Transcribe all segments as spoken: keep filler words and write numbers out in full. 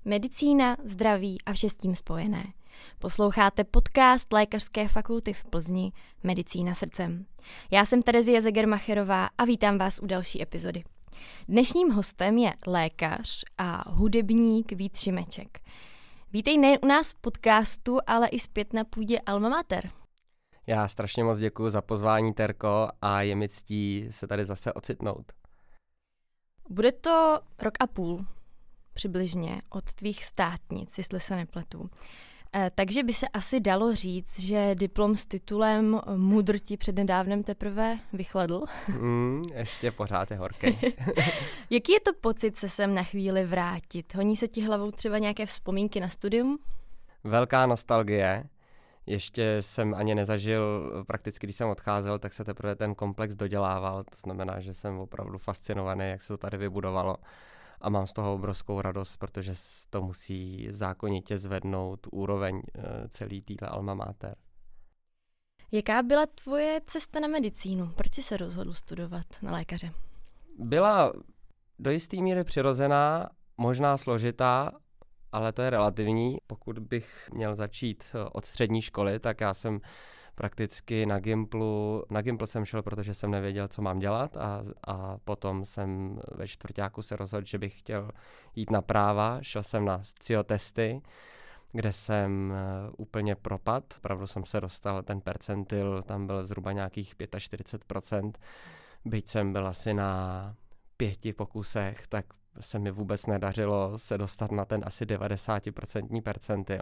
Medicína, zdraví a vše s tím spojené. Posloucháte podcast Lékařské fakulty v Plzni Medicína srdcem. Já jsem Terezie Zegermacherová a vítám vás u další epizody. Dnešním hostem je lékař a hudebník Vít Šimeček. Vítej nejen u nás v podcastu, ale i zpět na půdě Alma Mater. Já strašně moc děkuji za pozvání, Terko, a je mi ctí se tady zase ocitnout. Bude to rok a půl přibližně od tvých státnic, jestli se nepletu. E, takže by se asi dalo říct, že diplom s titulem MUDr ti přednedávnem teprve vychladl. Mm, ještě pořád je horký. Jaký je to pocit se sem na chvíli vrátit? Honí se ti hlavou třeba nějaké vzpomínky na studium? Velká nostalgie. Ještě jsem ani nezažil, prakticky když jsem odcházel, tak se teprve ten komplex dodělával. To znamená, že jsem opravdu fascinovaný, jak se to tady vybudovalo. A mám z toho obrovskou radost, protože to musí zákonitě zvednout úroveň celý týhle Alma Mater. Jaká byla tvoje cesta na medicínu? Proč jsi se rozhodl studovat na lékaře? Byla do jisté míry přirozená, možná složitá, ale to je relativní. Pokud bych měl začít od střední školy, tak já jsem prakticky na Gimplu, na Gimpl jsem šel, protože jsem nevěděl, co mám dělat a, a potom jsem ve čtvrťáku se rozhodl, že bych chtěl jít na práva. Šel jsem na scio testy, kde jsem úplně propad. Opravdu jsem se dostal, ten percentil tam byl zhruba nějakých čtyřicet pět procent. Byť jsem byl asi na pěti pokusech, tak se mi vůbec nedařilo se dostat na ten asi devadesát procent percentil.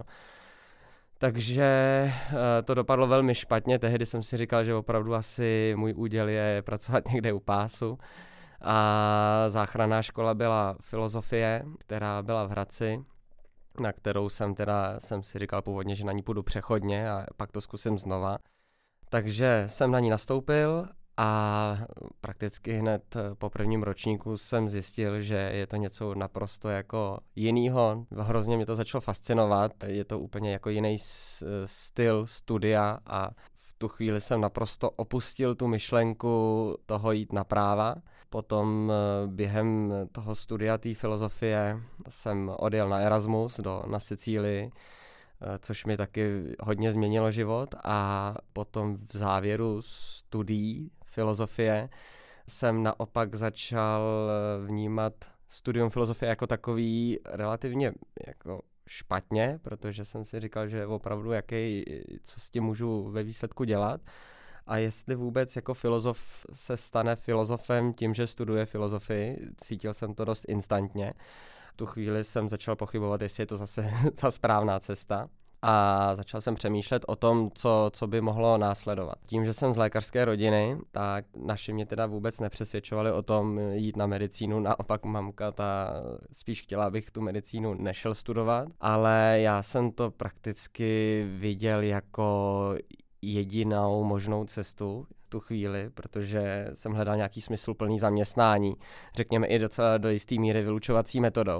Takže to dopadlo velmi špatně, tehdy jsem si říkal, že opravdu asi můj úděl je pracovat někde u pásu. A záchranná škola byla filozofie, která byla v Hradci, na kterou jsem teda, jsem si říkal původně, že na ní půjdu přechodně a pak to zkusím znova. Takže jsem na ní nastoupil a prakticky hned po prvním ročníku jsem zjistil, že je to něco naprosto jako jinýho. Hrozně mě to začalo fascinovat. Je to úplně jako jiný styl studia a v tu chvíli jsem naprosto opustil tu myšlenku toho jít na práva. Potom během toho studia té filozofie jsem odjel na Erasmus do, na Sicílii, což mi taky hodně změnilo život, a potom v závěru studií filozofie jsem naopak začal vnímat studium filozofie jako takový relativně jako špatně, protože jsem si říkal, že opravdu jaký, co s tím můžu ve výsledku dělat a jestli vůbec jako filozof se stane filozofem tím, že studuje filozofii. Cítil jsem to dost instantně. V tu chvíli jsem začal pochybovat, jestli je to zase ta správná cesta. A začal jsem přemýšlet o tom, co, co by mohlo následovat. Tím, že jsem z lékařské rodiny, tak naši mě teda vůbec nepřesvědčovali o tom jít na medicínu. Naopak mamka ta spíš chtěla, abych tu medicínu nešel studovat. Ale já jsem to prakticky viděl jako jedinou možnou cestu v tu chvíli, protože jsem hledal nějaký smysluplný zaměstnání. Řekněme i docela do jisté míry vylučovací metodou.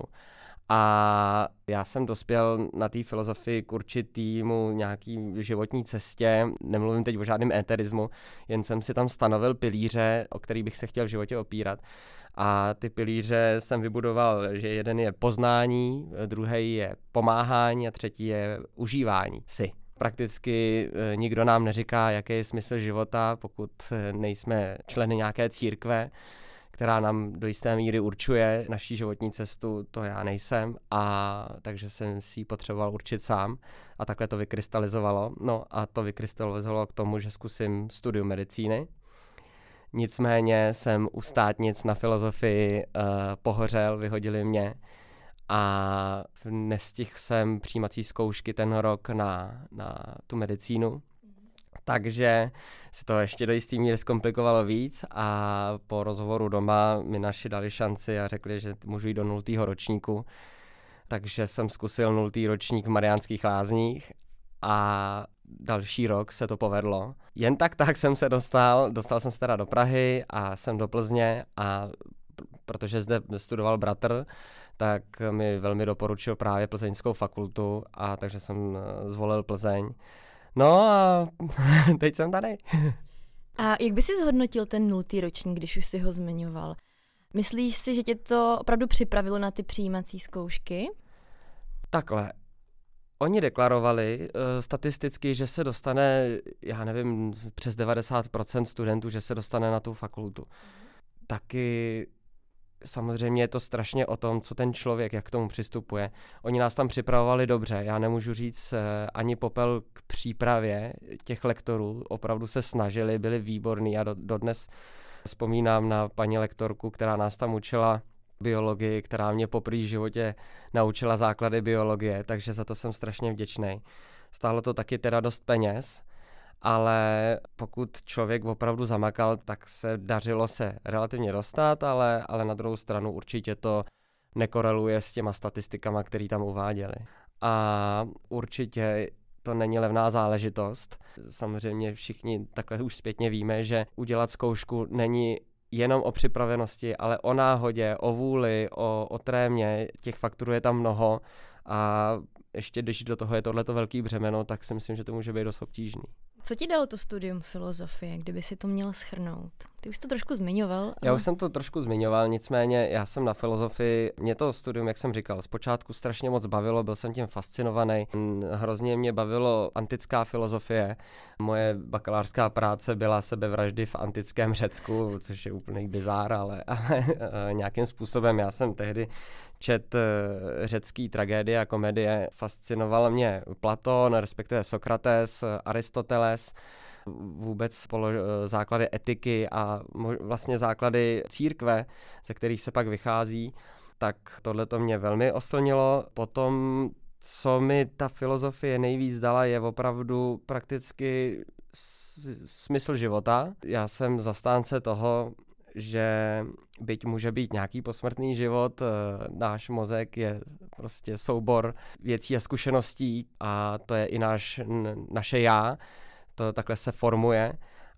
A já jsem dospěl na té filozofii k určitýmu nějaký životní cestě, nemluvím teď o žádném éterismu, jen jsem si tam stanovil pilíře, o který bych se chtěl v životě opírat. A ty pilíře jsem vybudoval, že jeden je poznání, druhý je pomáhání a třetí je užívání si. Prakticky nikdo nám neříká, jaký je smysl života, pokud nejsme členy nějaké církve, která nám do jisté míry určuje naší životní cestu, to já nejsem, a takže jsem si ji potřeboval určit sám a takhle to vykrystalizovalo. No a to vykrystalizovalo k tomu, že zkusím studium medicíny. Nicméně jsem u státnic na filozofii uh, pohořel, vyhodili mě a nestihl jsem přijímací zkoušky ten rok na, na tu medicínu. Takže si to ještě do jistý míry zkomplikovalo víc a po rozhovoru doma mi naši dali šanci a řekli, že můžu jít do nultého ročníku. Takže jsem zkusil nultý ročník v Mariánských Lázních a další rok se to povedlo. Jen tak tak jsem se dostal, dostal jsem se teda do Prahy a jsem do Plzně, a protože zde studoval bratr, tak mi velmi doporučil právě plzeňskou fakultu, a takže jsem zvolil Plzeň. No a teď jsem tady. A jak by si zhodnotil ten nultý ročník, když už si ho zmiňoval? Myslíš si, že tě to opravdu připravilo na ty přijímací zkoušky? Takhle. Oni deklarovali uh, statisticky, že se dostane, já nevím, přes devadesát procent studentů, že se dostane na tu fakultu. Taky samozřejmě je to strašně o tom, co ten člověk, jak k tomu přistupuje. Oni nás tam připravovali dobře, já nemůžu říct uh, ani popel k přípravě těch lektorů, opravdu se snažili, byli výborní a do, dodnes vzpomínám na paní lektorku, která nás tam učila biologii, která mě poprvé v životě naučila základy biologie, takže za to jsem strašně vděčný. Stálo to taky teda dost peněz, ale pokud člověk opravdu zamakal, tak se dařilo se relativně dostat, ale, ale na druhou stranu určitě to nekoreluje s těma statistikama, které tam uváděli. A určitě to není levná záležitost. Samozřejmě všichni takhle už zpětně víme, že udělat zkoušku není jenom o připravenosti, ale o náhodě, o vůli, o, o trémě, těch faktorů je tam mnoho a ještě když do toho je tohleto velký břemeno, tak si myslím, že to může být dost obtížný. Co ti dalo to studium filozofie, kdyby si to měl shrnout? Ty už to trošku zmiňoval. Ale... Já už jsem to trošku zmiňoval, nicméně já jsem na filozofii, mě to studium, jak jsem říkal, zpočátku strašně moc bavilo, byl jsem tím fascinovaný. Hrozně mě bavilo antická filozofie. Moje bakalářská práce byla sebevraždy v antickém Řecku, což je úplný bizár, ale, ale nějakým způsobem já jsem tehdy čet řecký tragédie a komedie. Fascinoval mě Platon, respektive Sokrates, Aristoteles, vůbec spolo- základy etiky a vlastně základy církve, ze kterých se pak vychází, tak tohle to mě velmi oslnilo. Potom, co mi ta filozofie nejvíc dala, je opravdu prakticky smysl života. Já jsem zastánce toho, že byť může být nějaký posmrtný život, náš mozek je prostě soubor věcí a zkušeností a to je i náš, naše já, to takhle se formuje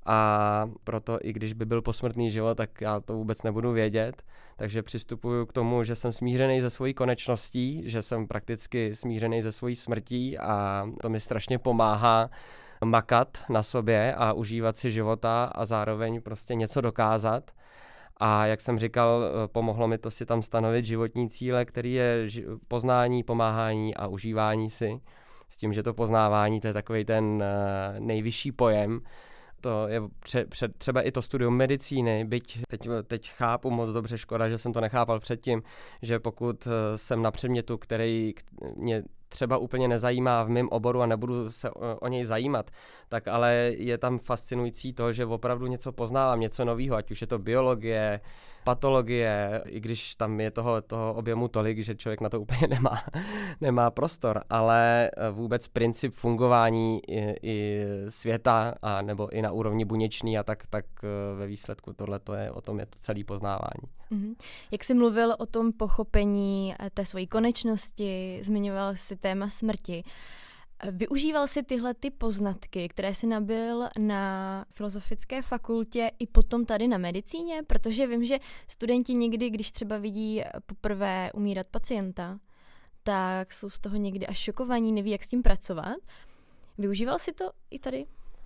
a proto i když by byl posmrtný život, tak já to vůbec nebudu vědět, takže přistupuju k tomu, že jsem smířený se svojí konečností, že jsem prakticky smířený se svojí smrtí a to mi strašně pomáhá makat na sobě a užívat si života a zároveň prostě něco dokázat. A jak jsem říkal, pomohlo mi to si tam stanovit životní cíle, který je poznání, pomáhání a užívání si. S tím, že to poznávání, to je takový ten nejvyšší pojem. To je pře- pře- třeba i to studium medicíny, byť teď, teď chápu moc dobře, škoda, že jsem to nechápal předtím, že pokud jsem na předmětu, který mě třeba úplně nezajímá v mém oboru a nebudu se o, o něj zajímat, tak ale je tam fascinující to, že opravdu něco poznávám, něco nového, ať už je to biologie, patologie, i když tam je toho, toho objemu tolik, že člověk na to úplně nemá, nemá prostor, ale vůbec princip fungování i, i světa a nebo i na úrovni buněčný a tak, tak ve výsledku tohle to je, o tom je to celé poznávání. Mm-hmm. Jak jsi mluvil o tom pochopení té svojí konečnosti, zmiňoval si téma smrti. Využíval jsi tyhle ty poznatky, které jsi nabyl na filozofické fakultě i potom tady na medicíně? Protože vím, že studenti někdy, když třeba vidí poprvé umírat pacienta, tak jsou z toho někdy až šokovaní, neví, jak s tím pracovat. Využíval jsi to i tady?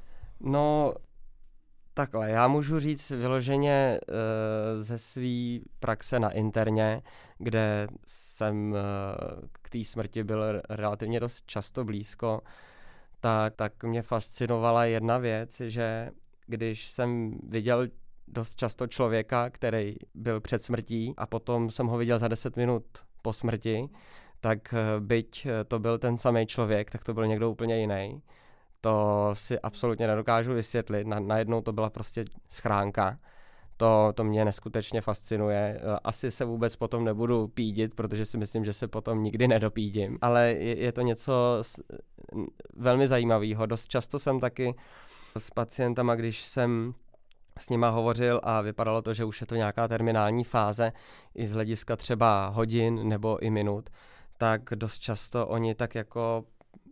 No, takhle, já můžu říct vyloženě uh, ze své praxe na interně, kde jsem uh, k té smrti byl relativně dost často blízko, tak, tak mě fascinovala jedna věc, že když jsem viděl dost často člověka, který byl před smrtí a potom jsem ho viděl za deset minut po smrti, tak byť to byl ten samý člověk, tak to byl někdo úplně jiný. To si absolutně nedokážu vysvětlit. Na, najednou to byla prostě schránka. To, to mě neskutečně fascinuje. Asi se vůbec potom nebudu pídit, protože si myslím, že se potom nikdy nedopídím. Ale je, je to něco s, velmi zajímavého. Dost často jsem taky s pacientama, když jsem s nima hovořil a vypadalo to, že už je to nějaká terminální fáze, i z hlediska třeba hodin nebo i minut, tak dost často oni tak jako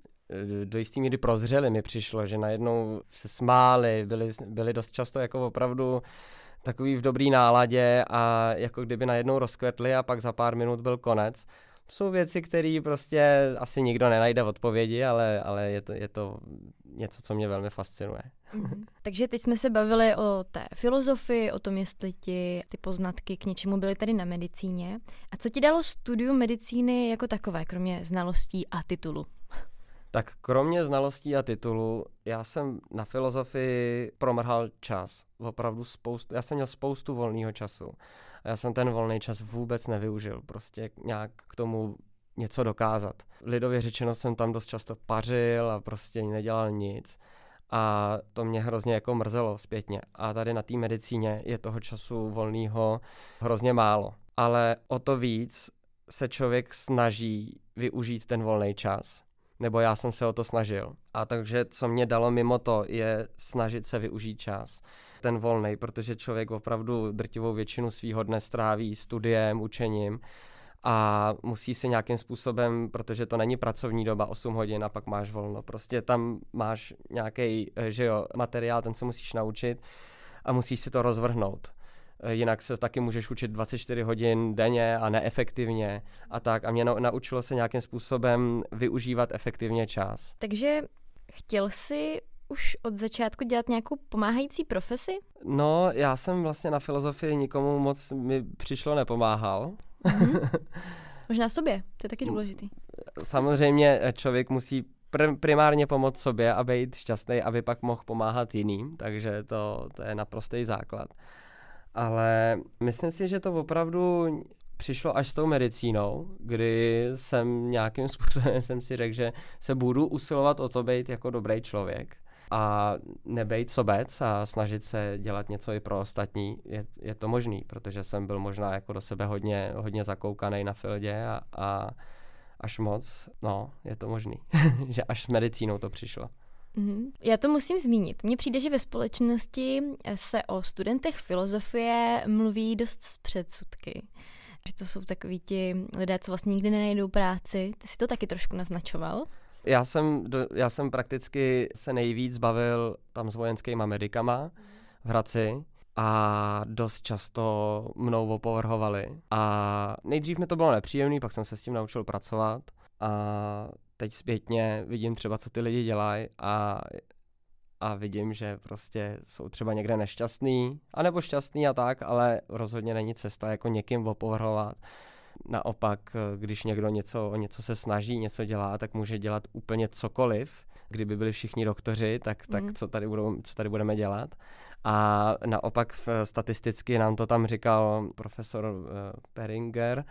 do jistý míry prozřeli mi přišlo, že najednou se smáli, byli, byli dost často jako opravdu takový v dobrý náladě a jako kdyby najednou rozkvetli a pak za pár minut byl konec. jsou věci, které prostě asi nikdo nenajde odpovědi, ale, ale je, to, je to něco, co mě velmi fascinuje. Mm. Takže teď jsme se bavili o té filozofii, o tom, jestli ti ty poznatky k něčemu byly tady na medicíně. A co ti dalo studium medicíny jako takové, kromě znalostí a titulu? Tak kromě znalostí a titulu, já jsem na filozofii promrhal čas. Opravdu spoustu, já jsem měl spoustu volného času. A já jsem ten volný čas vůbec nevyužil, prostě nějak k tomu něco dokázat. Lidově řečeno jsem tam dost často pařil a prostě nedělal nic. A to mě hrozně jako mrzelo zpětně. A tady na té medicíně je toho času volného hrozně málo. Ale o to víc se člověk snaží využít ten volný čas. Nebo já jsem se o to snažil. A takže co mě dalo mimo to, je snažit se využít čas. Ten volný, protože člověk opravdu drtivou většinu svýho dne stráví studiem, učením a musí si nějakým způsobem, protože to není pracovní doba, osm hodin a pak máš volno. Prostě tam máš nějaký, že jo, materiál, ten se musíš naučit a musíš si to rozvrhnout. Jinak se taky můžeš učit dvacet čtyři hodin denně a neefektivně a tak. A mě naučilo se nějakým způsobem využívat efektivně čas. Takže chtěl jsi už od začátku dělat nějakou pomáhající profesi? No, já jsem vlastně na filozofii nikomu moc mi přišlo nepomáhal. Mm-hmm. Možná sobě, to je taky důležitý. Samozřejmě člověk musí pr- primárně pomoct sobě a být šťastný, aby pak mohl pomáhat jiným, takže to, to je naprostý základ. Ale myslím si, že to opravdu přišlo až s tou medicínou, kdy jsem nějakým způsobem jsem si řekl, že se budu usilovat o to být jako dobrý člověk a nebejt sobec a snažit se dělat něco i pro ostatní. Je, je to možný, protože jsem byl možná jako do sebe hodně, hodně zakoukaný na fildě a, a až moc, no, je to možný, že až s medicínou to přišlo. Mm-hmm. Já to musím zmínit. Mně přijde, že ve společnosti se o studentech filozofie mluví dost s předsudky. Že to jsou takoví ti lidé, co vlastně nikdy nenajdou práci. Ty jsi to taky trošku naznačoval? Já jsem, do, já jsem prakticky se nejvíc bavil tam s vojenskýma medikama v Hradci a dost často mnou opovrhovali. A nejdřív mi to bylo nepříjemné, pak jsem se s tím naučil pracovat a teď zpětně vidím třeba, co ty lidi dělají a, a vidím, že prostě jsou třeba někde nešťastný, anebo šťastný a tak, ale rozhodně není cesta jako někým opovrhovat. Naopak, když někdo něco, o něco se snaží, něco dělá, tak může dělat úplně cokoliv. Kdyby byli všichni doktoři, tak, tak mm. co, tady budou, co tady budeme dělat? A naopak v, statisticky nám to tam říkal profesor uh, Peringer,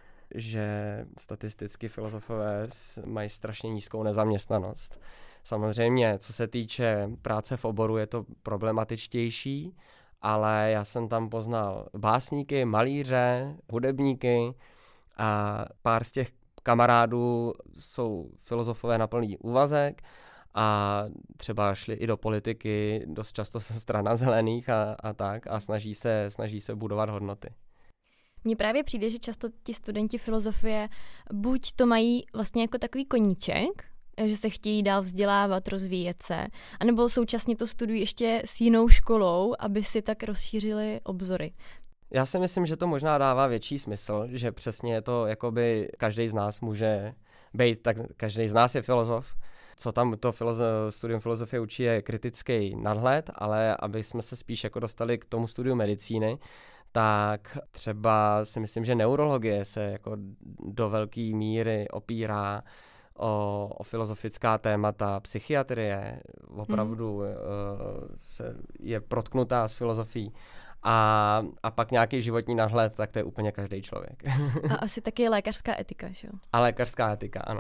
že statisticky filozofové mají strašně nízkou nezaměstnanost. Samozřejmě, co se týče práce v oboru, je to problematičtější, ale já jsem tam poznal básníky, malíře, hudebníky a pár z těch kamarádů jsou filozofové na plný úvazek a třeba šli i do politiky, dost často se strana zelených a, a tak a snaží se, snaží se budovat hodnoty. Mně právě přijde, že často ti studenti filozofie buď to mají vlastně jako takový koníček, že se chtějí dál vzdělávat, rozvíjet se, anebo současně to studují ještě s jinou školou, aby si tak rozšířili obzory. Já si myslím, že to možná dává větší smysl, že přesně je to, jakoby každý z nás může být, tak každý z nás je filozof. Co tam to filozo- studium filozofie učí je kritický nadhled, ale aby jsme se spíš jako dostali k tomu studiu medicíny, tak třeba si myslím, že neurologie se jako do velké míry opírá o, o filozofická témata, psychiatrie opravdu hmm. uh, se je protknutá s filozofií. A, a pak nějaký životní nadhled, tak to je úplně každý člověk. A asi taky lékařská etika, že jo? A lékařská etika, ano.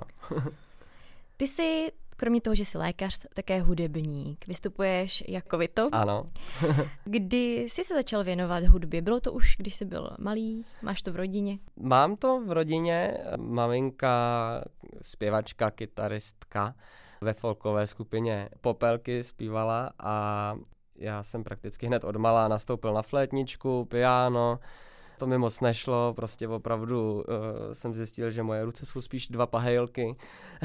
Ty jsi, kromě toho, že jsi lékař, také hudebník. Vystupuješ jako Vito. Ano. Kdy jsi se začal věnovat hudbě? Bylo to už, když jsi byl malý? Máš to v rodině? Mám to v rodině. Maminka, zpěvačka, kytaristka ve folkové skupině Popelky zpívala a já jsem prakticky hned odmala nastoupil na flétničku, piano. To mi moc nešlo, prostě opravdu uh, jsem zjistil, že moje ruce jsou spíš dva pahejlky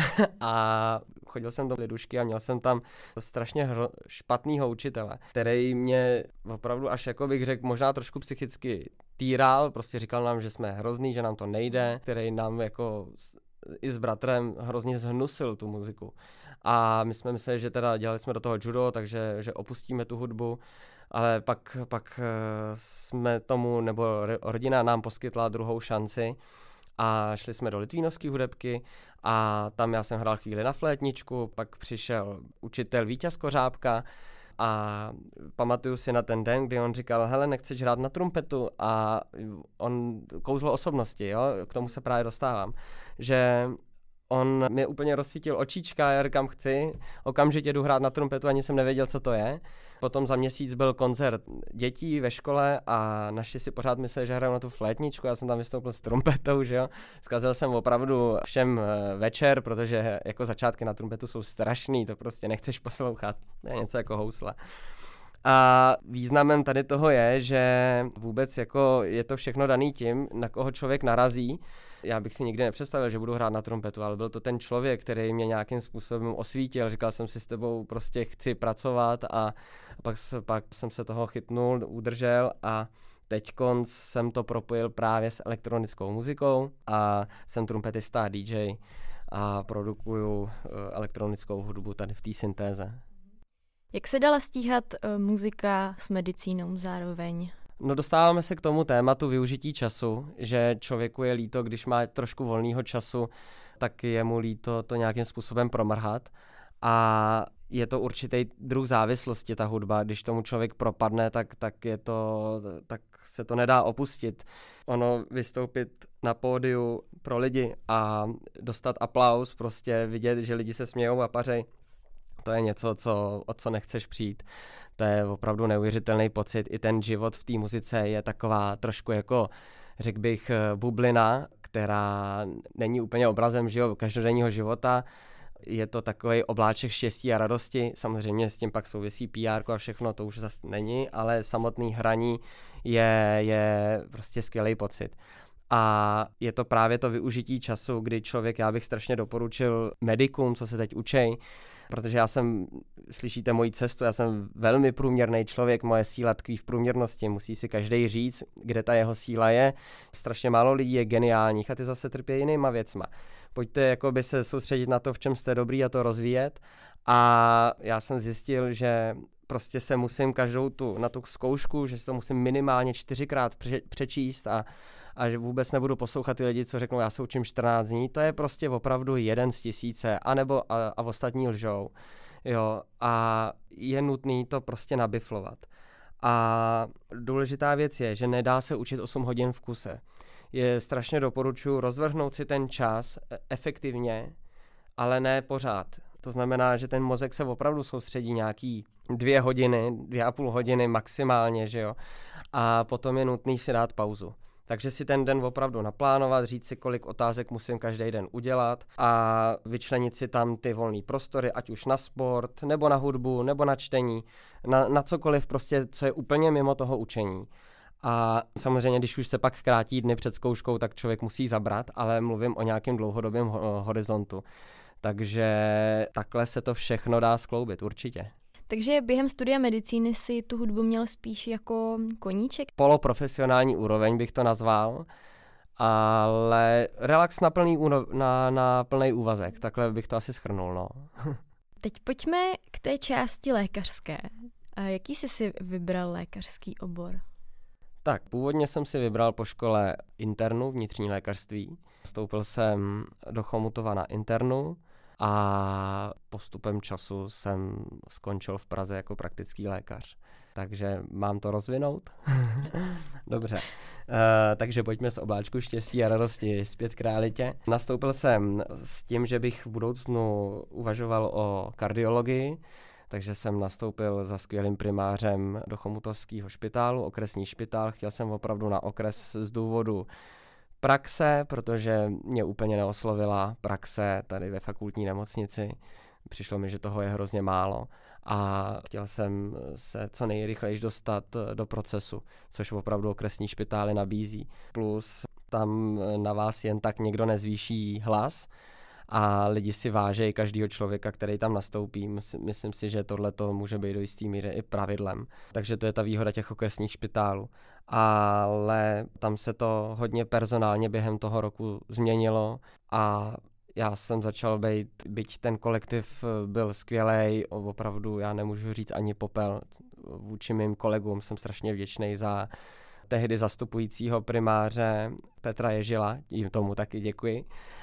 a chodil jsem do lidušky a měl jsem tam strašně hro- špatnýho učitele, který mě opravdu až jako bych řekl možná trošku psychicky týral, prostě říkal nám, že jsme hrozný, že nám to nejde, který nám jako i s bratrem hrozně zhnusil tu muziku. A my jsme mysleli, že teda dělali jsme do toho judo, takže že opustíme tu hudbu, ale pak, pak jsme tomu, nebo rodina nám poskytla druhou šanci a šli jsme do litvínovské hudebky a tam já jsem hrál chvíli na flétničku, pak přišel učitel Vítěz Kořápka a pamatuju si na ten den, kdy on říkal, hele, nechceš hrát na trumpetu, a on kouzlo osobnosti, jo, k tomu se právě dostávám, že on mi úplně rozsvítil očička, já říkám, chci, okamžitě jdu hrát na trumpetu, ani jsem nevěděl, co to je. Potom za měsíc byl koncert dětí ve škole a naši si pořád mysleli, že hraju na tu flétničku, já jsem tam vystoupil s trumpetou, že jo. Zkazil jsem opravdu všem večer, protože jako začátky na trumpetu jsou strašný, to prostě nechceš poslouchat, to je něco jako housle. A významem tady toho je, že vůbec jako je to všechno daný tím, na koho člověk narazí. Já bych si nikdy nepředstavil, že budu hrát na trumpetu, ale byl to ten člověk, který mě nějakým způsobem osvítil. Říkal jsem si, s tebou prostě chci pracovat, a pak, pak jsem se toho chytnul, udržel a teďkonc jsem to propojil právě s elektronickou muzikou a jsem trumpetista a dý džej a produkuju elektronickou hudbu tady v té syntéze. Jak se dala stíhat uh, muzika s medicínou zároveň? No, dostáváme se k tomu tématu využití času, že člověku je líto, když má trošku volného času, tak je mu líto to nějakým způsobem promrhat. A je to určitý druh závislosti, ta hudba. Když tomu člověk propadne, tak, tak, je to, tak se to nedá opustit. Ono vystoupit na pódiu pro lidi a dostat aplaus, prostě vidět, že lidi se smějou a pařej, to je něco, co, o co nechceš přijít. To je opravdu neuvěřitelný pocit. I ten život v té muzice je taková trošku jako, řekl bych, bublina, která není úplně obrazem, že jo, každodenního života. Je to takový obláček štěstí a radosti. Samozřejmě s tím pak souvisí pé er a všechno, to už zase není, ale samotný hraní je, je prostě skvělý pocit. A je to právě to využití času, kdy člověk, já bych strašně doporučil medikům, co se teď učej, protože já jsem, slyšíte moji cestu, já jsem velmi průměrný člověk, moje síla tkví v průměrnosti, musí si každý říct, kde ta jeho síla je. Strašně málo lidí je geniálních a ty zase trpí jinýma věcma. Pojďte jakoby se soustředit na to, v čem jste dobrý, a to rozvíjet. A já jsem zjistil, že prostě se musím každou tu, na tu zkoušku, že si to musím minimálně čtyřikrát pře- přečíst a a že vůbec nebudu poslouchat ty lidi, co řeknou, já se učím čtrnáct dní, to je prostě opravdu jeden z tisíce, anebo a, a ostatní lžou. Jo, a je nutný to prostě nabiflovat. A důležitá věc je, že nedá se učit osm hodin v kuse. Je strašně doporučuji rozvrhnout si ten čas efektivně, ale ne pořád. To znamená, že ten mozek se opravdu soustředí nějaký dvě hodiny, dvě a půl hodiny maximálně, že jo. A potom je nutný si dát pauzu. Takže si ten den opravdu naplánovat, říct si, kolik otázek musím každý den udělat a vyčlenit si tam ty volné prostory, ať už na sport, nebo na hudbu, nebo na čtení, na, na cokoliv prostě, co je úplně mimo toho učení. A samozřejmě, když už se pak krátí dny před zkouškou, tak člověk musí zabrat, ale mluvím o nějakém dlouhodobém ho- horizontu. Takže takhle se to všechno dá skloubit, určitě. Takže během studia medicíny si tu hudbu měl spíš jako koníček? Poloprofesionální úroveň bych to nazval, ale relax na plný, na, na plný úvazek, takhle bych to asi shrnul, no. Teď pojďme k té části lékařské. A jaký jsi si vybral lékařský obor? Tak, původně jsem si vybral po škole internu, vnitřní lékařství. Vstoupil jsem do Chomutova na internu a postupem času jsem skončil v Praze jako praktický lékař. Takže mám to rozvinout? Dobře. Uh, takže pojďme z obláčku štěstí a radosti zpět k realitě. Nastoupil jsem s tím, že bych v budoucnu uvažoval o kardiologii, takže jsem nastoupil za skvělým primářem do Chomutovského špitálu, okresní špitál. Chtěl jsem opravdu na okres z důvodu praxe, protože mě úplně neoslovila praxe tady ve fakultní nemocnici. Přišlo mi, že toho je hrozně málo a chtěl jsem se co nejrychleji dostat do procesu, což opravdu okresní špitály nabízí. Plus tam na vás jen tak někdo nezvýší hlas a lidi si vážejí každého člověka, který tam nastoupí. Myslím si, že tohle to může být do jistý míry i pravidlem. Takže to je ta výhoda těch okresních špitálů. Ale tam se to hodně personálně během toho roku změnilo a já jsem začal být, byť ten kolektiv byl skvělej, opravdu já nemůžu říct ani popel vůči mým kolegům, jsem strašně vděčný za tehdy zastupujícího primáře Petra Ježila, jim tomu taky děkuji.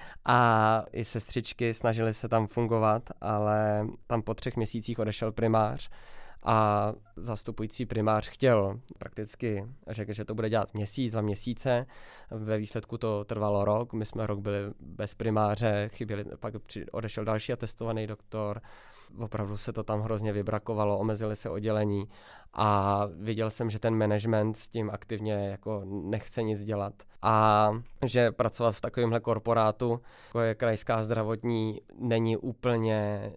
A i sestřičky snažily se tam fungovat, ale tam po třech měsících odešel primář a zastupující primář chtěl prakticky, řekl, že to bude dělat měsíc, dva měsíce, ve výsledku to trvalo rok, my jsme rok byli bez primáře, chyběli, pak odešel další atestovaný doktor, opravdu se to tam hrozně vybrakovalo, omezili se oddělení a viděl jsem, že ten management s tím aktivně jako nechce nic dělat a že pracovat v takovémhle korporátu, jako je Krajská zdravotní, není úplně...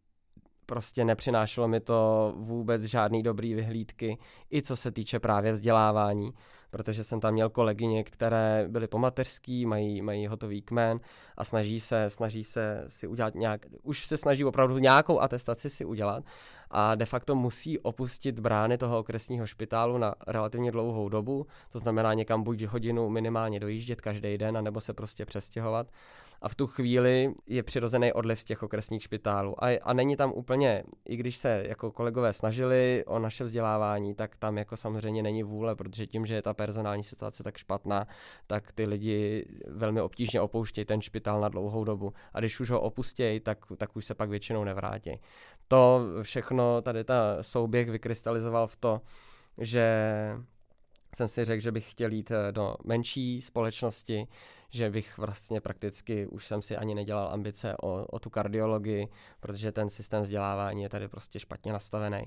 Prostě nepřinášelo mi to vůbec žádný dobrý vyhlídky, i co se týče právě vzdělávání, protože jsem tam měl kolegyně, které byly po mateřský, mají, mají hotový kmen a snaží se, snaží se si udělat nějak, už se snaží opravdu nějakou atestaci si udělat a de facto musí opustit brány toho okresního špitálu na relativně dlouhou dobu, to znamená někam buď hodinu minimálně dojíždět každý den, anebo se prostě přestěhovat. A v tu chvíli je přirozený odliv z těch okresních špitálů. A, a není tam úplně, i když se jako kolegové snažili o naše vzdělávání, tak tam jako samozřejmě není vůle, protože tím, že je ta personální situace tak špatná, tak ty lidi velmi obtížně opouštějí ten špitál na dlouhou dobu. A když už ho opustějí, tak, tak už se pak většinou nevrátí. To všechno, tady ta souběh vykrystalizoval v to, že jsem si řekl, že bych chtěl jít do menší společnosti, že bych vlastně prakticky, už jsem si ani nedělal ambice o, o tu kardiologii, protože ten systém vzdělávání je tady prostě špatně nastavený.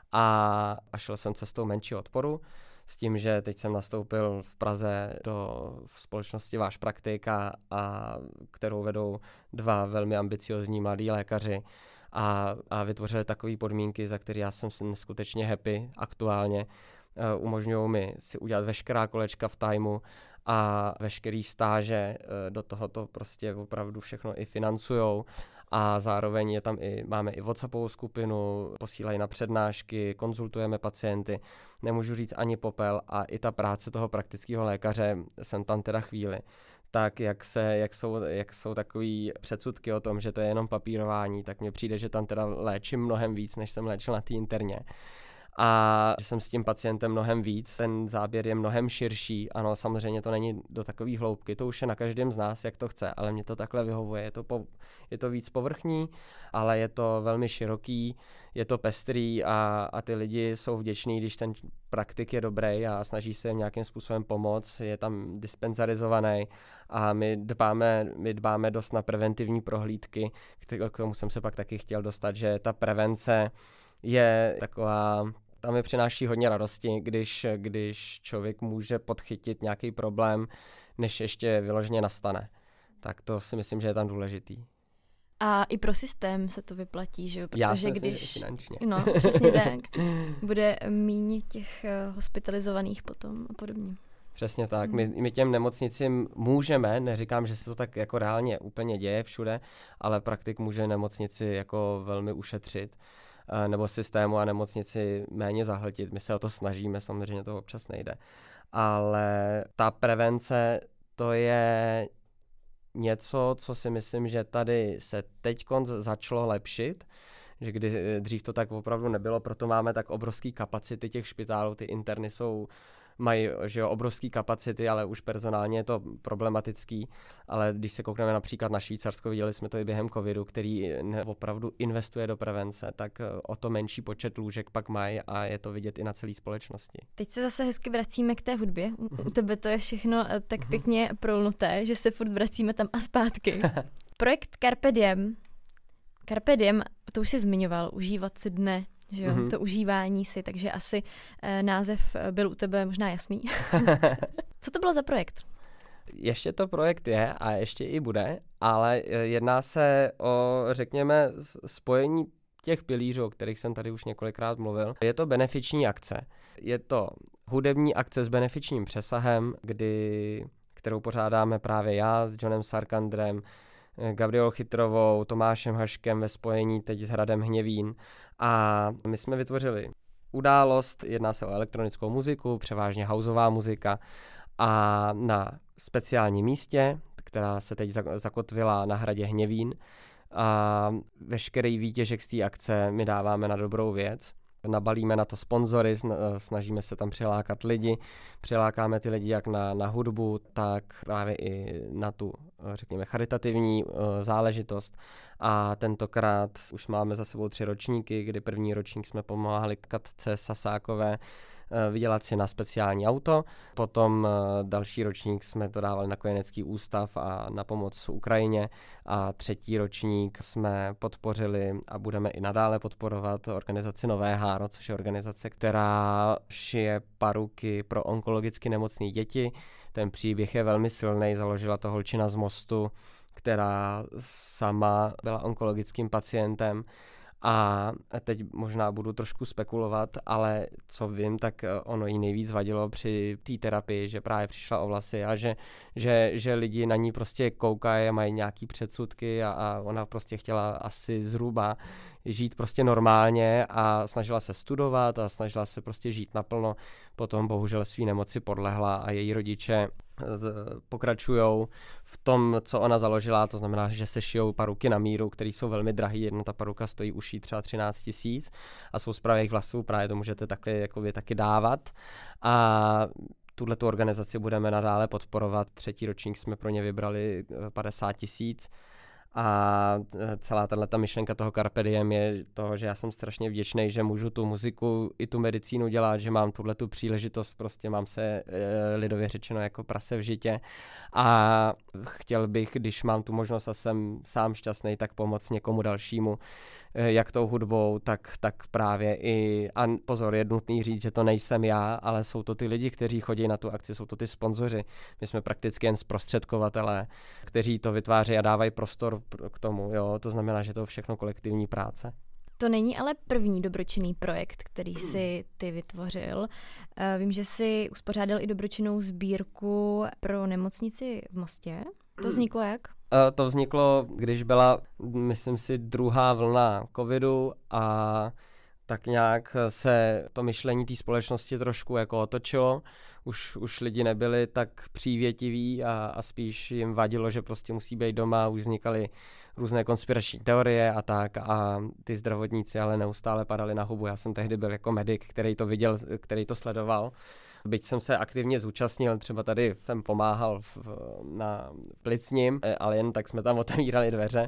A, a šel jsem cestou menšího odporu, s tím, že teď jsem nastoupil v Praze do v společnosti Váš Praktika, a kterou vedou dva velmi ambiciozní mladí lékaři a, a vytvořili takové podmínky, za které já jsem skutečně happy aktuálně. Uh, umožňují mi si udělat veškerá kolečka v timeu a veškerý stáže uh, do tohoto prostě opravdu všechno i financujou a zároveň je tam i, máme i WhatsAppovou skupinu, posílají na přednášky, konzultujeme pacienty, nemůžu říct ani popel a i ta práce toho praktického lékaře, jsem tam teda chvíli, tak jak, se, jak, jsou, jak jsou takový předsudky o tom, že to je jenom papírování, tak mně přijde, že tam teda léčím mnohem víc, než jsem léčil na té interně. A že jsem s tím pacientem mnohem víc, ten záběr je mnohem širší, ano, samozřejmě to není do takové hloubky, to už je na každém z nás, jak to chce, ale mě to takhle vyhovuje, je to, po, je to víc povrchní, ale je to velmi široký, je to pestrý a, a ty lidi jsou vděční, když ten praktik je dobrý a snaží se jim nějakým způsobem pomoct, je tam dispenzarizovaný a my dbáme, my dbáme dost na preventivní prohlídky, k tomu jsem se pak taky chtěl dostat, že ta prevence je taková, tam mi přináší hodně radosti, když, když člověk může podchytit nějaký problém, než ještě vyloženě nastane. Tak to si myslím, že je tam důležitý. A i pro systém se to vyplatí, že jo? Protože Já když, finančně. No, přesně tak, bude míň těch uh, hospitalizovaných potom a podobně. Přesně tak. Hmm. My, my těm nemocnicím můžeme, neříkám, že se to tak jako reálně úplně děje všude, ale praktik může nemocnici jako velmi ušetřit nebo systému a nemocnici méně zahltit. My se o to snažíme, samozřejmě to občas nejde. Ale ta prevence, to je něco, co si myslím, že tady se teďkon začalo lepšit, že kdy dřív to tak opravdu nebylo, proto máme tak obrovský kapacity těch špitálů, ty interny jsou mají že jo, obrovský kapacity, ale už personálně je to problematický, ale když se koukneme například na Švýcarsko, viděli jsme to i během covidu, který opravdu investuje do prevence, tak o to menší počet lůžek pak mají a je to vidět i na celé společnosti. Teď se zase hezky vracíme k té hudbě. U tebe to je všechno tak pěkně prolnuté, že se furt vracíme tam a zpátky. Projekt Carpe Diem. Carpe Diem, to už jsi zmiňoval, užívat si dne, že jo, mm-hmm. to užívání si, takže asi e, název byl u tebe možná jasný. Co to bylo za projekt? Ještě to projekt je a ještě i bude, ale jedná se o, řekněme, spojení těch pilířů, o kterých jsem tady už několikrát mluvil. Je to benefiční akce. Je to hudební akce s benefičním přesahem, kdy, kterou pořádáme právě já s Johnem Sarkandrem, Gabrielou Chytrovou, Tomášem Haškem ve spojení teď s Hradem Hněvín. A my jsme vytvořili událost, jedná se o elektronickou muziku, převážně houseová muzika a na speciálním místě, která se teď zakotvila na Hradě Hněvín. A veškerý výtěžek z té akce my dáváme na dobrou věc. Nabalíme na to sponzory, snažíme se tam přilákat lidi, přilákáme ty lidi jak na, na hudbu, tak právě i na tu, řekněme, charitativní uh, záležitost. A tentokrát už máme za sebou tři ročníky, kdy první ročník jsme pomáhali Katce Sasákové vydělat si na speciální auto. Potom další ročník jsme to dávali na kojenecký ústav a na pomoc Ukrajině. A třetí ročník jsme podpořili a budeme i nadále podporovat organizaci Nové Háro, což je organizace, která šije paruky pro onkologicky nemocné děti. Ten příběh je velmi silný, založila to holčina z Mostu, která sama byla onkologickým pacientem. A teď možná budu trošku spekulovat, ale co vím, tak ono jí nejvíc vadilo při té terapii, že právě přišla o vlasy a že, že, že lidi na ní prostě koukají a mají nějaký předsudky a, a ona prostě chtěla asi zhruba žít prostě normálně a snažila se studovat a snažila se prostě žít naplno. Potom bohužel svý nemoci podlehla a její rodiče pokračujou v tom, co ona založila, to znamená, že se šijou paruky na míru, které jsou velmi drahé. Jedna ta paruka stojí uší třeba třináct tisíc a jsou z pravých vlasů, právě to můžete takhle jako vy taky dávat. A tuhletu organizaci budeme nadále podporovat. Třetí ročník jsme pro ně vybrali padesát tisíc. A celá tato myšlenka toho Carpe Diem je toho, že já jsem strašně vděčný, že můžu tu muziku i tu medicínu dělat, že mám tuhletu příležitost, prostě mám se e, lidově řečeno jako prase v žitě a chtěl bych, když mám tu možnost a jsem sám šťastný, tak pomoct někomu dalšímu, e, jak tou hudbou, tak, tak právě i, a pozor, je nutný říct, že to nejsem já, ale jsou to ty lidi, kteří chodí na tu akci, jsou to ty sponzoři, my jsme prakticky jen zprostředkovatelé, kteří to vytváří a dávají prostor k tomu, jo, to znamená, že to je všechno kolektivní práce. To není ale první dobročinný projekt, který si ty vytvořil. Vím, že jsi uspořádal i dobročinnou sbírku pro nemocnici v Mostě. To vzniklo jak? To vzniklo, když byla, myslím si, druhá vlna covidu a tak nějak se to myšlení té společnosti trošku jako otočilo. Už, už lidi nebyli tak přívětiví a, a spíš jim vadilo, že prostě musí být doma, už vznikaly různé konspirační teorie a tak a ty zdravotníci ale neustále padali na hubu. Já jsem tehdy byl jako medic, který to viděl, který to sledoval. Byť jsem se aktivně zúčastnil, třeba tady jsem pomáhal v, na Plicním, ale jen tak jsme tam otevírali dveře.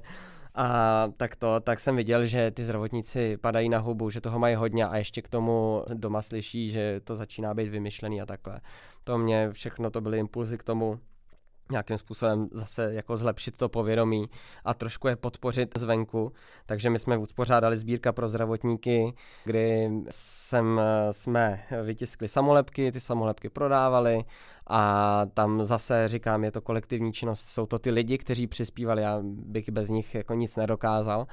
A tak to, tak jsem viděl, že ty zdravotníci padají na hubu, že toho mají hodně a ještě k tomu doma slyší, že to začíná být vymyšlený a takhle. To mě všechno, to byly impulzy k tomu nějakým způsobem zase jako zlepšit to povědomí a trošku je podpořit zvenku. Takže my jsme uspořádali sbírka pro zdravotníky, kdy jsem, jsme vytiskli samolepky, ty samolepky prodávali a tam zase říkám, je to kolektivní činnost, jsou to ty lidi, kteří přispívali, já bych bez nich jako nic nedokázal.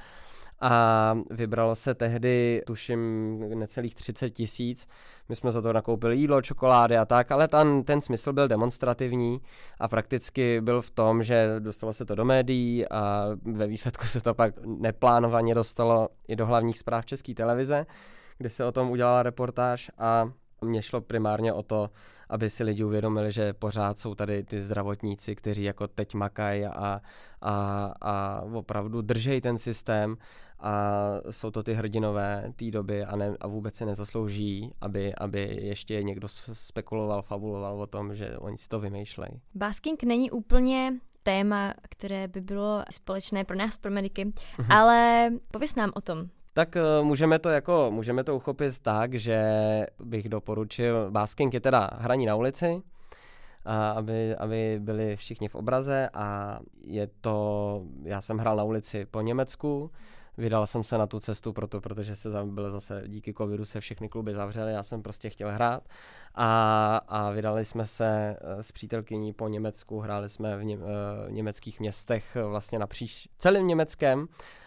A vybralo se tehdy, tuším, necelých třicet tisíc. My jsme za to nakoupili jídlo, čokolády a tak, ale ten, ten smysl byl demonstrativní a prakticky byl v tom, že dostalo se to do médií a ve výsledku se to pak neplánovaně dostalo i do hlavních zpráv České televize, kde se o tom udělala reportáž a mně šlo primárně o to, aby si lidi uvědomili, že pořád jsou tady ty zdravotníci, kteří jako teď makají a, a, a opravdu držejí ten systém a jsou to ty hrdinové té doby a, ne, a vůbec se nezaslouží, aby, aby ještě někdo spekuloval, fabuloval o tom, že oni si to vymýšlejí. Basking není úplně téma, které by bylo společné pro nás, pro mediky, mhm. ale pověz nám o tom. Tak uh, můžeme to jako, můžeme to uchopit tak, že bych doporučil, basking je teda hraní na ulici, a aby, aby byli všichni v obraze a je to, já jsem hrál na ulici po Německu, vydal jsem se na tu cestu proto, protože se byl zase díky covidu se všechny kluby zavřely, já jsem prostě chtěl hrát a, a vydali jsme se s přítelkyní po Německu, hráli jsme v, ně, v německých městech vlastně napříč celým Německem.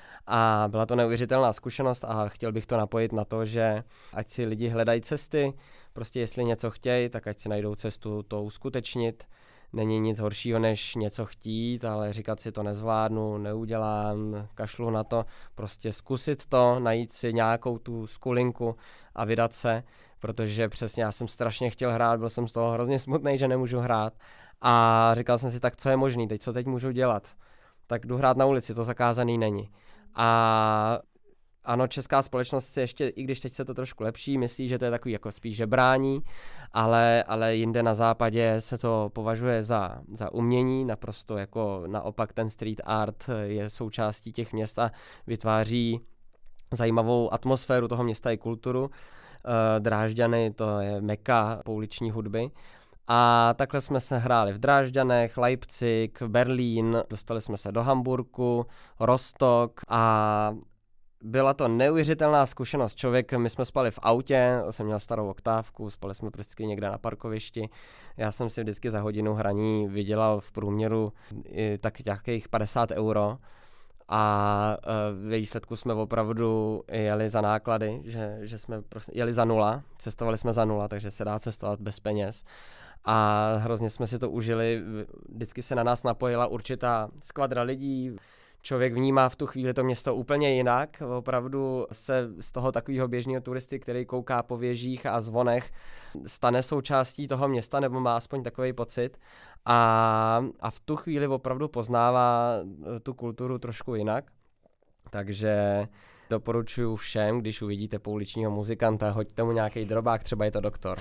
A byla to neuvěřitelná zkušenost a chtěl bych to napojit na to, že ať si lidi hledají cesty, prostě jestli něco chtějí, tak ať si najdou cestu to uskutečnit. není nic horšího, než něco chtít, ale říkat si to nezvládnu, neudělám, kašlu na to, prostě zkusit to, najít si nějakou tu skulinku a vydat se, protože přesně já jsem strašně chtěl hrát, byl jsem z toho hrozně smutný, že nemůžu hrát a říkal jsem si, tak co je možný, teď co teď můžu dělat? Tak jdu hrát na ulici, to zakázaný není. A ano, česká společnost si ještě, i když teď se to trošku lepší, myslí, že to je takový jako spíš žebrání, ale, ale jinde na západě se to považuje za, za umění, naprosto jako naopak ten street art je součástí těch měst a vytváří zajímavou atmosféru toho města i kulturu. Drážďany, to je meka pouliční hudby. A takhle jsme se hráli v Drážďanech, Leipzig, Berlín, dostali jsme se do Hamburku, Rostock a byla to neuvěřitelná zkušenost. Člověk, my jsme spali v autě, jsem měl starou oktávku, spali jsme prostě někde na parkovišti. Já jsem si vždycky za hodinu hraní vydělal v průměru tak nějakých padesát euro. A ve výsledku jsme opravdu jeli za náklady, že, že jsme prostě jeli za nula, cestovali jsme za nula, takže se dá cestovat bez peněz. A hrozně jsme si to užili, vždycky se na nás napojila určitá skvadra lidí, člověk vnímá v tu chvíli to město úplně jinak, opravdu se z toho takového běžného turisty, který kouká po věžích a zvonech, stane součástí toho města, nebo má aspoň takový pocit a, a v tu chvíli opravdu poznává tu kulturu trošku jinak, takže doporučuji všem, když uvidíte pouličního muzikanta, hoďte mu nějaký drobák, třeba je to Doktor.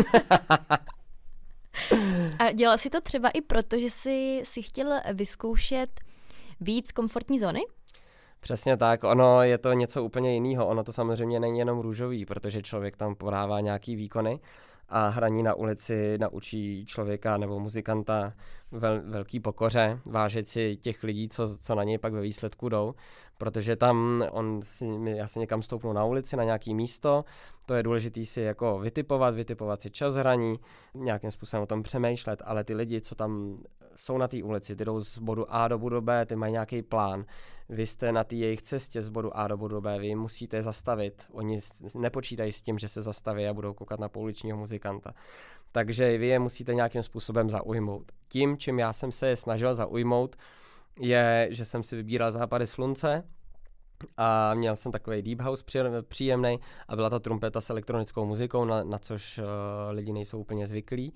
A dělal jsi to třeba i proto, že jsi si chtěl vyzkoušet víc komfortní zóny? Přesně tak, ono je to něco úplně jiného, ono to samozřejmě není jenom růžový, protože člověk tam podává nějaký výkony a hraní na ulici naučí člověka nebo muzikanta vel, velký pokoře, vážit si těch lidí, co, co na něj pak ve výsledku jdou, protože tam on si, já si někam stoupnu na ulici, na nějaký místo, to je důležité si jako vytipovat, vytipovat si čas hraní, nějakým způsobem o tom přemýšlet, ale ty lidi, co tam jsou na té ulici, ty jdou z bodu A do bodu B, ty mají nějaký plán, vy jste na té jejich cestě z bodu A do bodu B, vy musíte zastavit, oni nepočítají s tím, že se zastaví a budou koukat na pouličního muzikanta. Takže vy je musíte nějakým způsobem zaujmout. Tím, čím já jsem se je snažil zaujmout, je, že jsem si vybíral západy slunce a měl jsem takový deep house příjemný a byla to trumpeta s elektronickou muzikou, na, na což uh, lidi nejsou úplně zvyklí.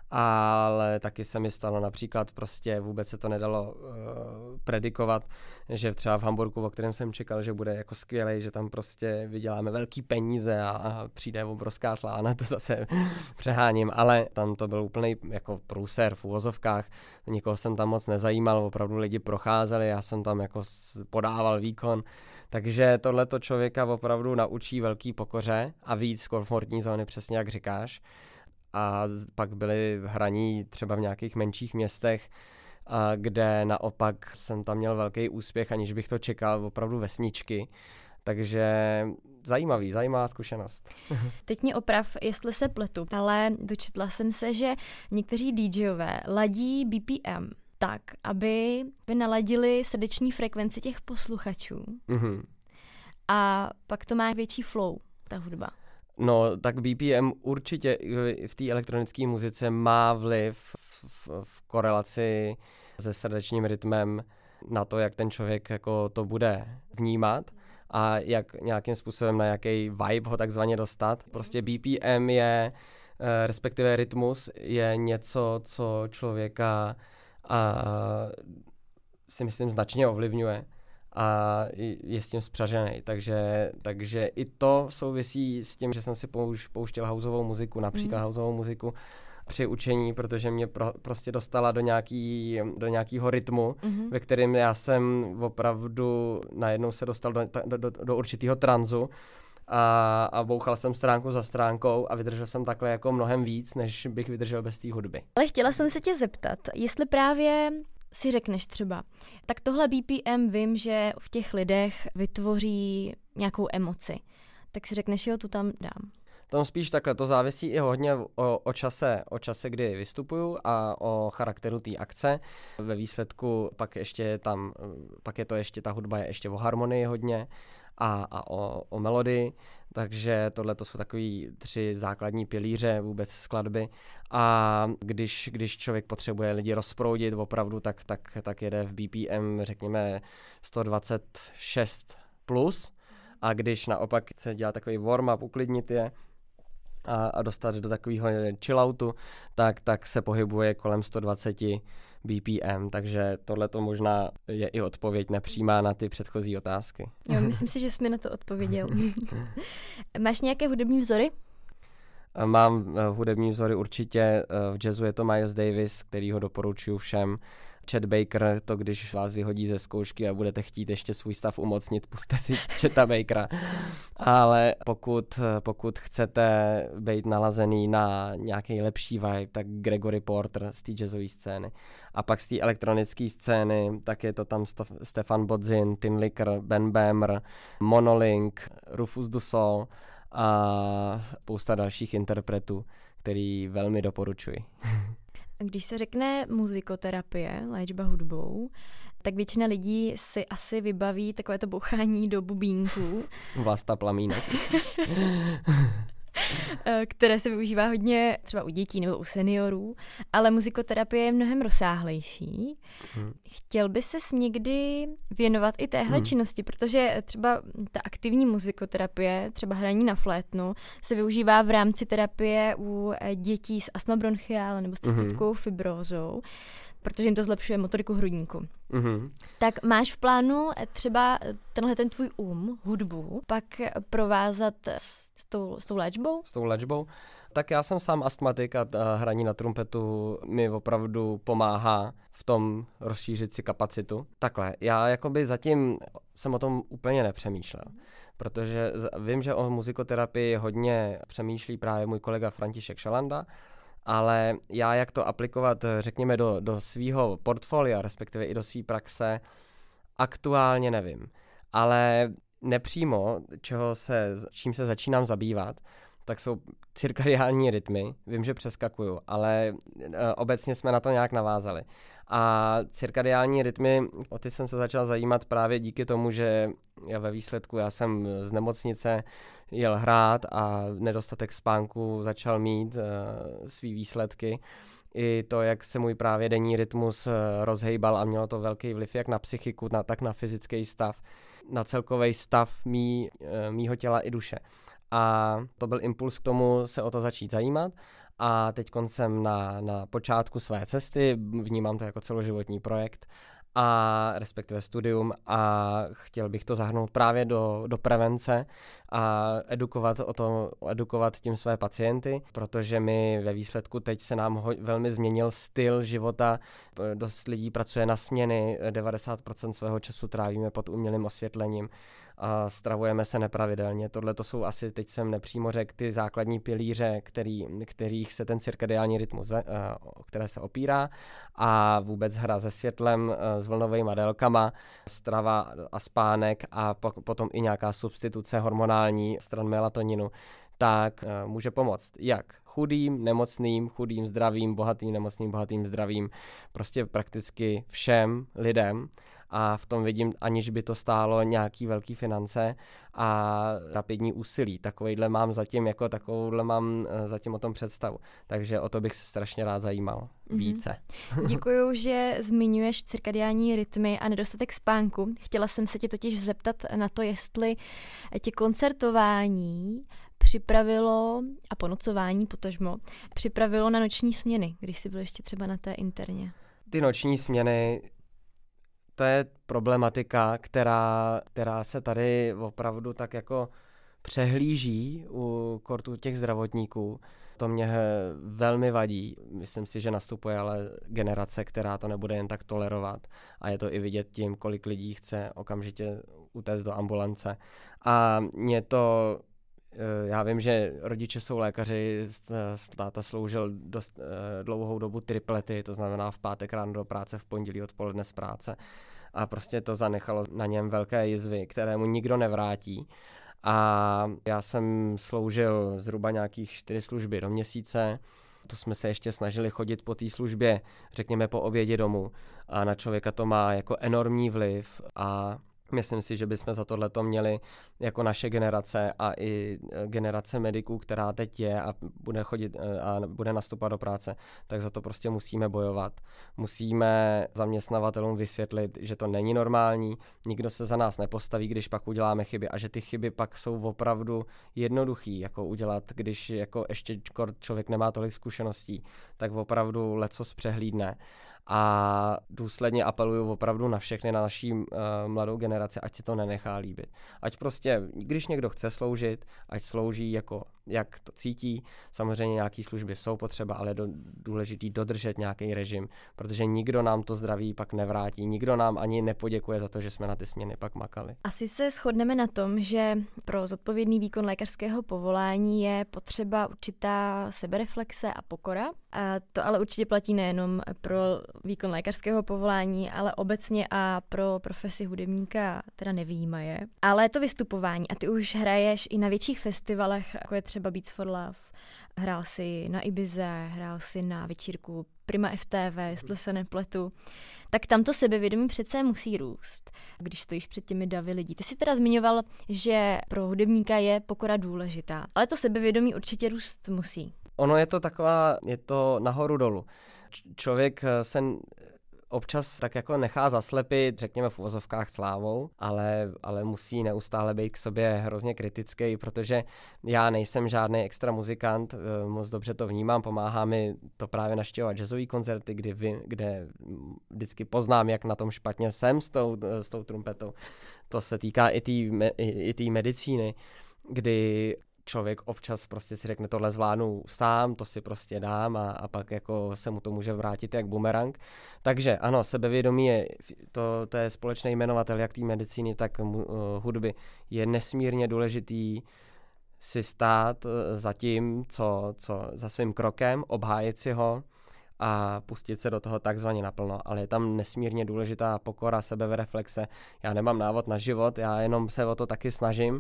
Ale taky se mi stalo například, prostě vůbec se to nedalo uh, predikovat, že třeba v Hamburku, o kterém jsem čekal, že bude jako skvělej, že tam prostě vyděláme velký peníze a, a přijde obrovská slána, to zase přeháním, ale tam to byl úplný jako průser v uvozovkách, nikoho jsem tam moc nezajímal, opravdu lidi procházeli, já jsem tam jako podával výkon, takže tohleto člověka opravdu naučí velký pokoře a víc komfortní zóny, přesně jak říkáš. A pak byly hraní třeba v nějakých menších městech, a kde naopak jsem tam měl velký úspěch, aniž bych to čekal, opravdu vesničky. Takže zajímavý, zajímavá zkušenost. Teď mě oprav, jestli se pletu, ale dočetla jsem se, že někteří DJové ladí B P M tak, aby by naladili srdeční frekvenci těch posluchačů. Mm-hmm. A pak to má větší flow, ta hudba. No, tak B P M určitě v té elektronické muzice má vliv v, v, v korelaci se srdečním rytmem na to, jak ten člověk jako to bude vnímat a jak nějakým způsobem na jaký vibe ho takzvaně dostat. Prostě B P M je, respektive rytmus, je něco, co člověka a, si myslím značně ovlivňuje a je s tím spřažený, takže, takže i to souvisí s tím, že jsem si pouš, pouštěl houseovou muziku, například mm. houseovou muziku při učení, protože mě pro, prostě dostala do, nějaký, do nějakého rytmu, mm. ve kterém já jsem opravdu najednou se dostal do, do, do, do určitého tranzu a, a bouchal jsem stránku za stránkou a vydržel jsem takhle jako mnohem víc, než bych vydržel bez té hudby. Ale chtěla jsem se tě zeptat, jestli právě si řekneš třeba, tak tohle B P M vím, že v těch lidech vytvoří nějakou emoci. Tak si řekneš, jo, tu tam dám. Tam spíš takhle, to závisí i hodně o, o, čase, o čase, kdy vystupuju a o charakteru té akce. Ve výsledku pak ještě je tam, pak je to ještě, ta hudba je ještě o harmonii hodně a, a o, o melodii, takže tohle to jsou takový tři základní pilíře vůbec skladby a když, když člověk potřebuje lidi rozproudit opravdu, tak, tak, tak jede v B P M řekněme sto dvacet šest plus a když naopak se dělá takový warm-up, uklidnit je a, a dostat do takového chilloutu, tak, tak se pohybuje kolem sto dvacet B P M, takže tohle to možná je i odpověď nepřímá na ty předchozí otázky. Jo, myslím si, že jsi mi na to odpověděl. Máš nějaké hudební vzory? Mám hudební vzory určitě, v jazzu je to Miles Davis, který ho doporučuji všem. Chet Baker, to když vás vyhodí ze zkoušky a budete chtít ještě svůj stav umocnit, puste si Cheta Bakera. Ale pokud, pokud chcete být nalazený na nějaký lepší vibe, tak Gregory Porter z té jazzové scény. A pak z té elektronické scény, tak je to tam Stof- Stefan Bodzin, Tin Licker, Ben Bemer, Monolink, Rufus Du Sol a spousta dalších interpretů, který velmi doporučuji. Když se řekne muzikoterapie, léčba hudbou, tak většina lidí si asi vybaví takové to bouchání do bubínků. Vlasta Plamínek. Které se využívá hodně třeba u dětí nebo u seniorů, ale muzikoterapie je mnohem rozsáhlejší. Hmm. Chtěl by ses někdy věnovat i téhle hmm. činnosti, protože třeba ta aktivní muzikoterapie, třeba hraní na flétnu, se využívá v rámci terapie u dětí s astma bronchiale nebo s cystickou hmm. fibrózou, protože jim to zlepšuje motoriku hrudníku. Mm-hmm. Tak máš v plánu třeba tenhle ten tvůj um, hudbu, pak provázat s tou, s tou léčbou? S tou léčbou? Tak já jsem sám astmatik a hraní na trumpetu mi opravdu pomáhá v tom rozšířit si kapacitu. Takhle, já jakoby zatím jsem o tom úplně nepřemýšlel, protože vím, že o muzikoterapii hodně přemýšlí právě můj kolega František Šalanda, ale já jak to aplikovat, řekněme, do, do svýho portfolia, respektive i do své praxe, aktuálně nevím. Ale nepřímo, čeho se, čím se začínám zabývat, tak jsou cirkadiální rytmy. Vím, že přeskakuju, ale e, obecně jsme na to nějak navázali. A cirkadiální rytmy, o ty jsem se začal zajímat právě díky tomu, že já ve výsledku já jsem z nemocnice jel hrát a nedostatek spánku začal mít uh, svý výsledky. I to, jak se můj právě denní rytmus uh, rozhejbal a mělo to velký vliv jak na psychiku, na, tak na fyzický stav, na celkový stav mý, uh, mýho těla i duše. A to byl impuls k tomu se o to začít zajímat. A teď jsem na, na počátku své cesty, vnímám to jako celoživotní projekt, a respektive studium a chtěl bych to zahrnout právě do, do prevence a edukovat o tom, edukovat tím své pacienty, protože mi ve výsledku teď se nám ho, velmi změnil styl života, dost lidí pracuje na směny, devadesát procent svého času trávíme pod umělým osvětlením a stravujeme se nepravidelně. Tohle to jsou asi, teď jsem nepřímo řekl, ty základní pilíře, který, kterých se ten cirkadiální rytmus, o které se opírá a vůbec hra se světlem, s vlnovými délkama, strava a spánek a potom i nějaká substituce hormonální stran melatoninu, tak může pomoct jak chudým, nemocným, chudým, zdravým, bohatým, nemocným, bohatým, zdravým, prostě prakticky všem lidem. A v tom vidím, aniž by to stálo nějaký velký finance a rapidní úsilí. Takovejhle mám zatím, jako takovouhle mám zatím o tom představu. Takže o to bych se strašně rád zajímal mm-hmm. více. Děkuju, že zmiňuješ cirkadiální rytmy a nedostatek spánku. Chtěla jsem se tě totiž zeptat na to, jestli tě koncertování připravilo a ponocování potažmo připravilo na noční směny, když jsi byl ještě třeba na té interně. Ty noční směny, to je problematika, která, která se tady opravdu tak jako přehlíží u kortu těch zdravotníků. To mě velmi vadí. Myslím si, že nastupuje ale generace, která to nebude jen tak tolerovat. A je to i vidět tím, kolik lidí chce okamžitě utéct do ambulance. A mě to... Já vím, že rodiče jsou lékaři, táta sloužil dost dlouhou dobu triplety, to znamená v pátek ráno do práce, v pondělí odpoledne z práce. A prostě to zanechalo na něm velké jizvy, které mu nikdo nevrátí. A já jsem sloužil zhruba nějakých čtyři služby do měsíce. To jsme se ještě snažili chodit po té službě, řekněme po obědě domů. A na člověka to má jako enormní vliv a myslím si, že bychom za tohleto měli jako naše generace a i generace mediků, která teď je a bude chodit a bude nastupovat do práce, tak za to prostě musíme bojovat. Musíme zaměstnavatelům vysvětlit, že to není normální, nikdo se za nás nepostaví, když pak uděláme chyby a že ty chyby pak jsou opravdu jednoduchý jako udělat, když jako ještě člověk nemá tolik zkušeností, tak opravdu lecos přehlídne. A důsledně apeluju opravdu na všechny, na naší uh, mladou generaci, ať si to nenechá líbit. Ať prostě, když někdo chce sloužit, ať slouží jako, jak to cítí. Samozřejmě nějaké služby jsou potřeba, ale je do, důležitý dodržet nějaký režim, protože nikdo nám to zdraví pak nevrátí, nikdo nám ani nepoděkuje za to, že jsme na ty směny pak makali. Asi se shodneme na tom, že pro zodpovědný výkon lékařského povolání je potřeba určitá sebereflexe a pokora. A to ale určitě platí nejenom pro výkon lékařského povolání, ale obecně a pro profesi hudebníka teda nevyjímaje. Ale to vystupování, a ty už hraješ i na větších festivalech, jako je třeba Beats for Love. Hrál si na Ibize, hrál si na večírku Prima F T V, jestli se nepletu. Tak tam to sebevědomí přece musí růst, když stojíš před těmi davy lidí. Ty jsi teda zmiňoval, že pro hudebníka je pokora důležitá, ale to sebevědomí určitě růst musí. Ono je to taková, je to nahoru dolů. Č- člověk se občas tak jako nechá zaslepit, řekněme v uvozovkách slávou, ale, ale musí neustále být k sobě hrozně kritický, protože já nejsem žádný extra muzikant, moc dobře to vnímám, pomáhá mi to právě naštěvovat jazzový koncerty, kdy vy, kde vždycky poznám, jak na tom špatně jsem s tou, s tou trumpetou. To se týká i té i té medicíny, kdy člověk občas prostě si řekne, tohle zvládnu sám, to si prostě dám a, a pak jako se mu to může vrátit jak bumerang. Takže ano, sebevědomí je, to, to je společný jmenovatel jak té medicíny, tak uh, hudby. Je nesmírně důležitý si stát uh, za tím, co, co za svým krokem, obhájit si ho a pustit se do toho takzvaně naplno. Ale je tam nesmírně důležitá pokora, sebereflexe. Já nemám návod na život, já jenom se o to taky snažím,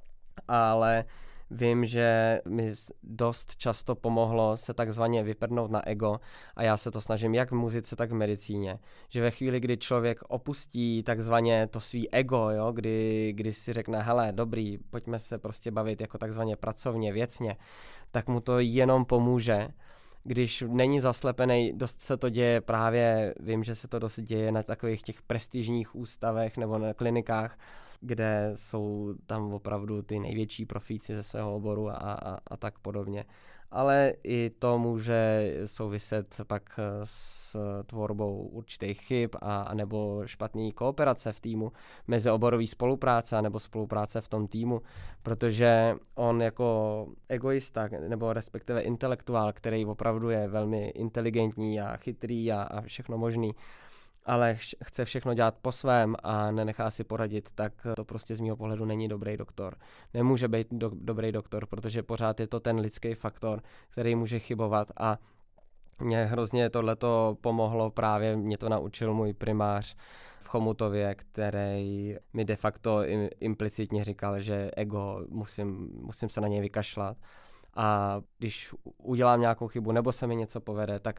ale vím, že mi dost často pomohlo se takzvaně vyprdnout na ego a já se to snažím jak v muzice, tak v medicíně. Že ve chvíli, kdy člověk opustí takzvaně to svý ego, jo, kdy, kdy si řekne, hele, dobrý, pojďme se prostě bavit jako takzvaně pracovně, věcně, tak mu to jenom pomůže. Když není zaslepený, dost se to děje právě, vím, že se to dost děje na takových těch prestižních ústavech nebo na klinikách, kde jsou tam opravdu ty největší profíci ze svého oboru a, a, a tak podobně. Ale i to může souviset pak s tvorbou určitých chyb a, a nebo špatný kooperace v týmu, mezioborový spolupráce nebo spolupráce v tom týmu, protože on jako egoista nebo respektive intelektuál, který opravdu je velmi inteligentní a chytrý a, a všechno možný, ale chce všechno dělat po svém a nenechá si poradit, tak to prostě z mýho pohledu není dobrý doktor. Nemůže být do, dobrý doktor, protože pořád je to ten lidský faktor, který může chybovat a mě hrozně tohleto pomohlo, právě mě to naučil můj primář v Chomutově, který mi de facto implicitně říkal, že ego, musím, musím se na něj vykašlat a když udělám nějakou chybu nebo se mi něco povede, tak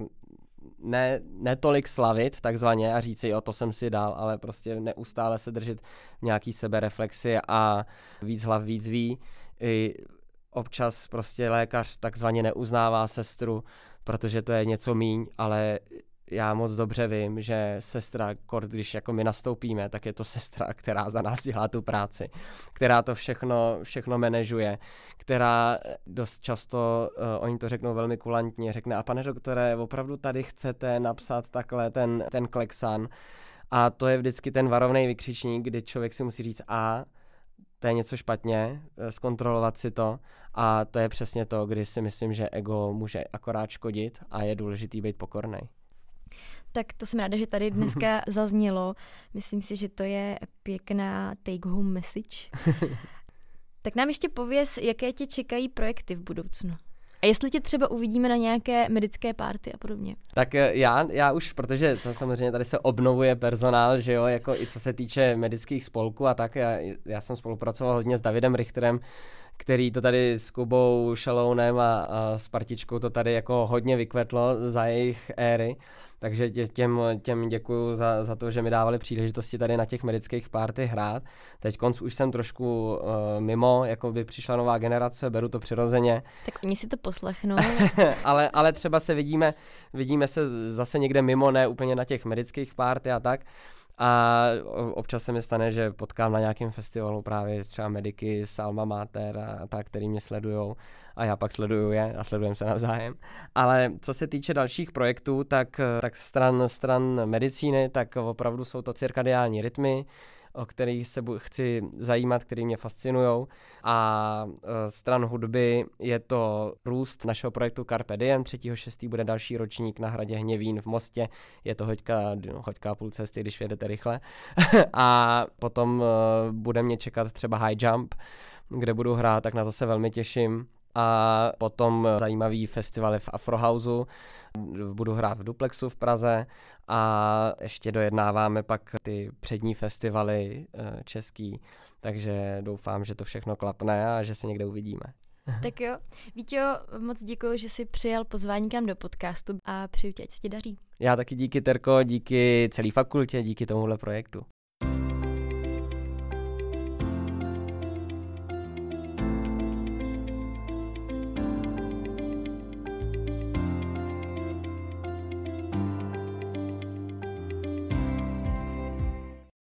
ne, ne tolik slavit takzvaně a říct si, jo, to jsem si dal, ale prostě neustále se držet v nějaký sebereflexi a víc hlav víc ví. I občas prostě lékař takzvaně neuznává sestru, protože to je něco míň, ale já moc dobře vím, že sestra, když jako my nastoupíme, tak je to sestra, která za nás dělá tu práci, která to všechno, všechno manažuje, která dost často, uh, oni to řeknou velmi kulantně, řekne, a pane doktore, opravdu tady chcete napsat takhle ten, ten klexan, a to je vždycky ten varovný vykřičník, kdy člověk si musí říct a to je něco špatně, zkontrolovat si to a to je přesně to, kdy si myslím, že ego může akorát škodit a je důležitý být pokornej. Tak to jsem ráda, že tady dneska zaznělo. Myslím si, že to je pěkná take home message. Tak nám ještě pověz, jaké tě čekají projekty v budoucnu. A jestli tě třeba uvidíme na nějaké medické party a podobně? Tak já, já už, protože to samozřejmě tady se obnovuje personál, že jo, jako i co se týče medických spolků a tak, já, já jsem spolupracoval hodně s Davidem Richterem, který to tady s Kubou Šalounem a, a s partičkou to tady jako hodně vykvetlo za jejich éry. Takže těm, těm děkuju za, za to, že mi dávali příležitosti tady na těch medických party hrát. Teď konc už jsem trošku uh, mimo, jako by přišla nová generace, beru to přirozeně. Tak oni si to poslechnou. ale, ale třeba se vidíme, vidíme se zase někde mimo, ne úplně na těch medických party a tak. A občas se mi stane, že potkám na nějakém festivalu právě třeba mediky z Alma Mater a tak, který mě sledujou a já pak sleduju je a sledujeme se navzájem. Ale co se týče dalších projektů, tak, tak stran, stran medicíny, tak opravdu jsou to cirkadiální rytmy, o kterých se chci zajímat, který mě fascinujou. A stran hudby je to růst našeho projektu Carpe Diem. třetího šestého bude další ročník na hradě Hněvín v Mostě. Je to hoďka, no, hoďka půl cesty, když jedete rychle. A potom bude mě čekat třeba High Jump, kde budu hrát, tak na to se velmi těším. A potom zajímavý festivaly v Afrohouseu, budu hrát v Duplexu v Praze a ještě dojednáváme pak ty přední festivaly český, takže doufám, že to všechno klapne a že se někde uvidíme. Tak jo, Víťo, moc děkuji, že jsi přijal pozvání k nám do podcastu a přeju tě, ať se ti daří. Já taky díky, Terko, díky celé fakultě, díky tomuhle projektu.